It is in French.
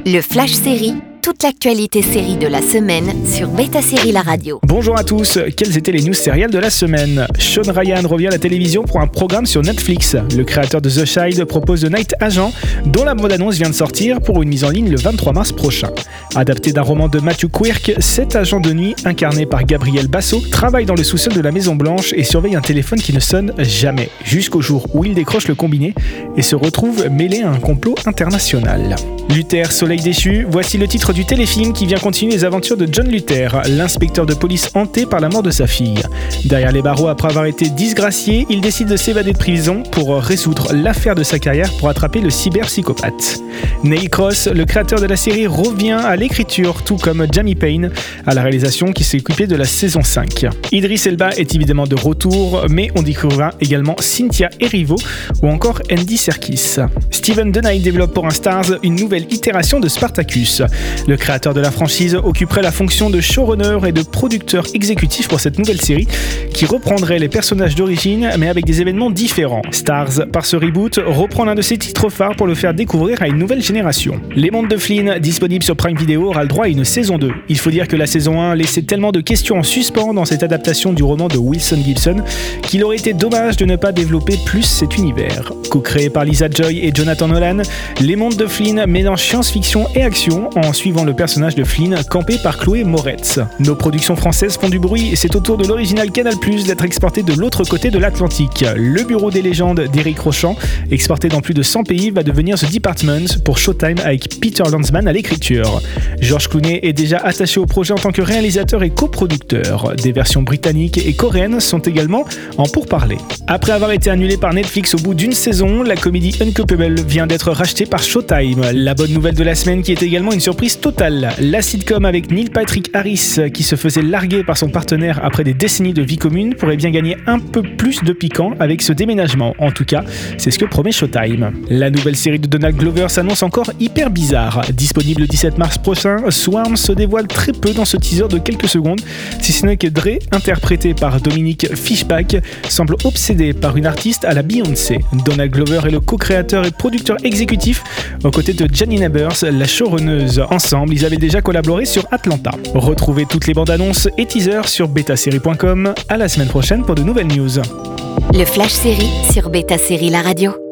Le Flash Série, toute l'actualité série de la semaine sur Beta Série La Radio. Bonjour à tous, quelles étaient les news sérielles de la semaine? Sean Ryan revient à la télévision pour un programme sur Netflix. Le créateur de The Child propose The Night Agent, dont la bande-annonce vient de sortir pour une mise en ligne le 23 mars prochain. Adapté d'un roman de Matthew Quirk, cet agent de nuit, incarné par Gabriel Basso, travaille dans le sous-sol de la Maison Blanche et surveille un téléphone qui ne sonne jamais, jusqu'au jour où il décroche le combiné et se retrouve mêlé à un complot international. Luther, Soleil déchu, voici le titre du téléfilm qui vient continuer les aventures de John Luther, l'inspecteur de police hanté par la mort de sa fille. Derrière les barreaux après avoir été disgracié, il décide de s'évader de prison pour résoudre l'affaire de sa carrière pour attraper le cyberpsychopathe. Neil Cross, le créateur de la série, revient à l'écriture, tout comme Jamie Payne à la réalisation qui s'est occupé de la saison 5. Idris Elba est évidemment de retour, mais on découvrira également Cynthia Erivo ou encore Andy Serkis. Steven DeKnight développe pour un Starz une nouvelle itération de Spartacus. Le créateur de la franchise occuperait la fonction de showrunner et de producteur exécutif pour cette nouvelle série qui reprendrait les personnages d'origine mais avec des événements différents. Starz, par ce reboot, reprend l'un de ses titres phares pour le faire découvrir à une nouvelle génération. Les Mondes de Flynn, disponible sur Prime Video, aura le droit à une saison 2. Il faut dire que la saison 1 laissait tellement de questions en suspens dans cette adaptation du roman de Wilson Gibson qu'il aurait été dommage de ne pas développer plus cet univers. Co-créé par Lisa Joy et Jonathan Nolan, Les Mondes de Flynn mélange science-fiction et action en suivant le personnage de Flynn campé par Chloé Moretz. Nos productions françaises font du bruit et c'est au tour de l'original Canal+ d'être exporté de l'autre côté de l'Atlantique. Le bureau des légendes d'Éric Rochant, exporté dans plus de 100 pays, va devenir The Department pour Showtime avec Peter Landsman à l'écriture. George Clooney est déjà attaché au projet en tant que réalisateur et coproducteur. Des versions britanniques et coréennes sont également en pourparlers. Après avoir été annulée par Netflix au bout d'une saison, la comédie Uncoupable vient d'être rachetée par Showtime. La bonne nouvelle de la semaine qui est également une surprise totale. La sitcom avec Neil Patrick Harris qui se faisait larguer par son partenaire après des décennies de vie commune pourrait bien gagner un peu plus de piquant avec ce déménagement. En tout cas, c'est ce que promet Showtime. La nouvelle série de Donald Glover s'annonce encore hyper bizarre. Disponible le 17 mars prochain, Swarm se dévoile très peu dans ce teaser de quelques secondes, si ce n'est que Dre, interprété par Dominique Fishback, semble obsédé par une artiste à la Beyoncé. Donald Glover est le co-créateur et producteur exécutif aux côtés de Janine Ebers, la showrunneuse. Ensemble, ils avaient déjà collaboré sur Atlanta. Retrouvez toutes les bandes annonces et teasers sur betasérie.com. À la semaine prochaine pour de nouvelles news. Le Flash Série sur Beta Série La Radio.